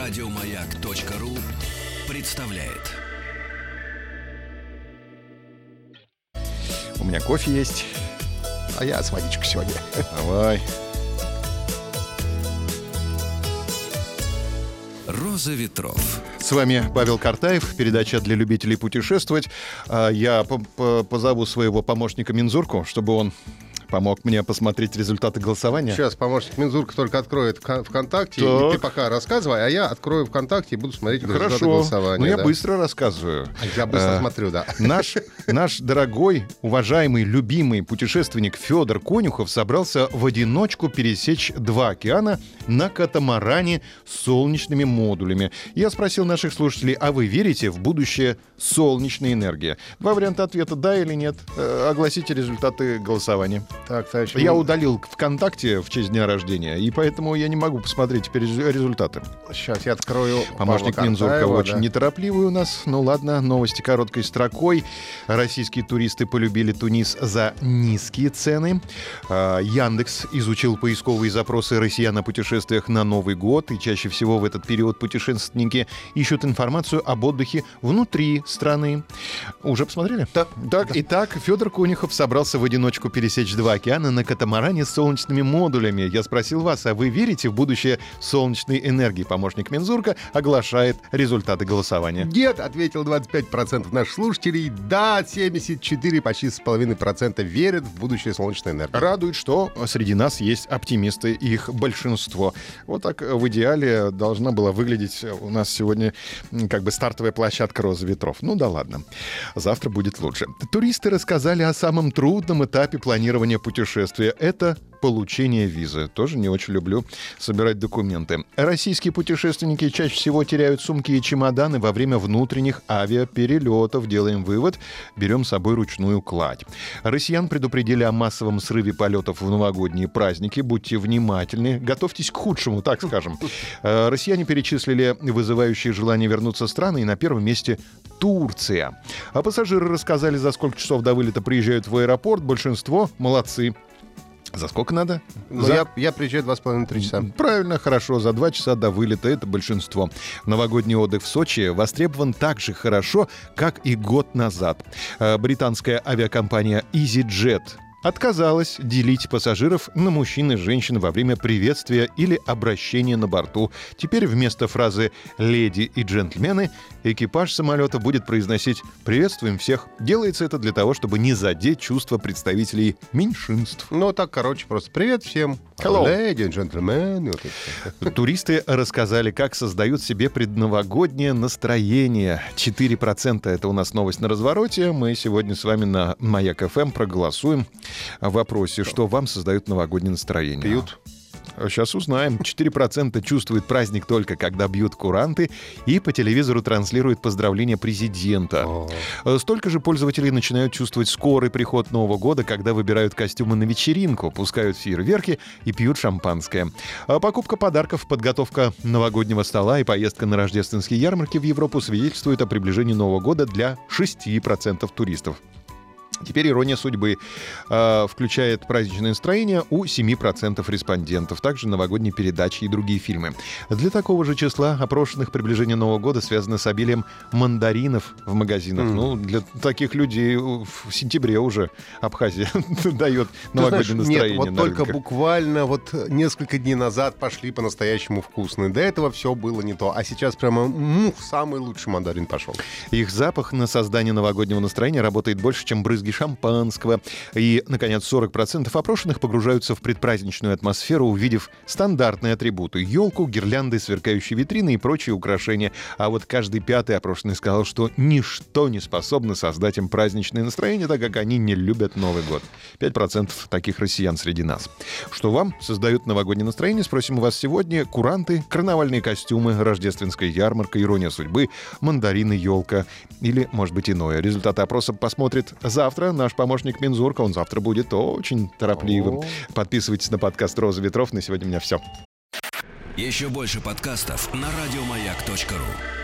Радиомаяк.ру представляет. У меня кофе есть, а я с водичкой сегодня. Давай. «Роза ветров». С вами Павел Картаев, передача для любителей путешествовать. Я позову своего помощника Мензурку, чтобы он помог мне посмотреть результаты голосования. Сейчас помощник Мензурка только откроет ВКонтакте, Так. и ты пока рассказывай, а я открою ВКонтакте и буду смотреть результаты Хорошо, голосования. но я да. быстро рассказываю. Я быстро смотрю, да. Наш дорогой, уважаемый, любимый путешественник Федор Конюхов собрался в одиночку пересечь 2 океана на катамаране с солнечными модулями. Я спросил наших слушателей, а вы верите в будущее солнечной энергии? 2 варианта ответа, да или нет. Огласите результаты голосования. Так, товарищ, Я удалил ВКонтакте в честь дня рождения, и поэтому я не могу посмотреть теперь результаты. Сейчас я открою. Помощник Павла Мензурка Картаева, очень да. неторопливый у нас. Ну ладно, новости короткой строкой. Российские туристы полюбили Тунис за низкие цены. Яндекс изучил поисковые запросы россиян о путешествиях на Новый год. И чаще всего в этот период путешественники ищут информацию об отдыхе внутри страны. Уже посмотрели? Да. Так, итак, Федор Конюхов собрался в одиночку пересечь 2 океана на катамаране с солнечными модулями. Я спросил вас, а вы верите в будущее солнечной энергии? Помощник Мензурка оглашает результаты голосования. Нет, ответил 25% наших слушателей. Да, 74, почти с половиной процента верят в будущее солнечной энергии. Радует, что среди нас есть оптимисты, их большинство. Вот так в идеале должна была выглядеть у нас сегодня как бы стартовая площадка «Роза ветров». Ну да ладно, завтра будет лучше. Туристы рассказали о самом трудном этапе планирования путешествия. Это получение визы. Тоже не очень люблю собирать документы. Российские путешественники чаще всего теряют сумки и чемоданы во время внутренних авиаперелетов. Делаем вывод, берем с собой ручную кладь. Россиян предупредили о массовом срыве полетов в новогодние праздники. Будьте внимательны, готовьтесь к худшему, так скажем. Россияне перечислили вызывающие желание вернуться страны, и на первом месте Турция. А пассажиры рассказали, за сколько часов до вылета приезжают в аэропорт. Большинство молодцы. За сколько надо? Но я приезжаю 2,5-3 часа. Правильно, хорошо. За 2 часа до вылета это большинство. Новогодний отдых в Сочи востребован так же хорошо, как и год назад. Британская авиакомпания EasyJet отказалась делить пассажиров на мужчин и женщин во время приветствия или обращения на борту. Теперь вместо фразы «леди и джентльмены» экипаж самолета будет произносить «приветствуем всех». Делается это для того, чтобы не задеть чувства представителей меньшинств. Ну, так, короче, просто привет всем. Hello. Леди, джентльмены. Туристы рассказали, как создают себе предновогоднее настроение. 4% — это у нас новость на развороте. Мы сегодня с вами на Маяк ФМ проголосуем о вопросе, что вам создает новогоднее настроение. Пьют. Сейчас узнаем. 4% чувствуют праздник только когда бьют куранты и по телевизору транслируют поздравления президента. Столько же пользователей начинают чувствовать скорый приход Нового года, когда выбирают костюмы на вечеринку, пускают фейерверки и пьют шампанское. Покупка подарков, подготовка новогоднего стола и поездка на рождественские ярмарки в Европу свидетельствуют о приближении Нового года для 6% туристов. Теперь ирония судьбы включает праздничное настроение у 7% респондентов. Также новогодние передачи и другие фильмы. Для такого же числа опрошенных приближение Нового года связано с обилием мандаринов в магазинах. Ну, для таких людей в сентябре уже Абхазия дает новогоднее настроение. Нет, вот только буквально вот несколько дней назад пошли по-настоящему вкусные. До этого все было не то. А сейчас прямо самый лучший мандарин пошел. Их запах на создание новогоднего настроения работает больше, чем брызги шампанского. И, наконец, 40% опрошенных погружаются в предпраздничную атмосферу, увидев стандартные атрибуты: елку, гирлянды, сверкающие витрины и прочие украшения. А вот каждый 5-й опрошенный сказал, что ничто не способно создать им праздничное настроение, так как они не любят Новый год. 5% таких россиян среди нас. Что вам создает новогоднее настроение, спросим у вас сегодня. Куранты, карнавальные костюмы, рождественская ярмарка, ирония судьбы, мандарины, елка или, может быть, иное. Результаты опроса посмотрит завтра наш помощник Мензурка. Он завтра будет очень торопливым. Подписывайтесь на подкаст «Роза ветров». На сегодня у меня все. Еще больше подкастов на радиомаяк.ру.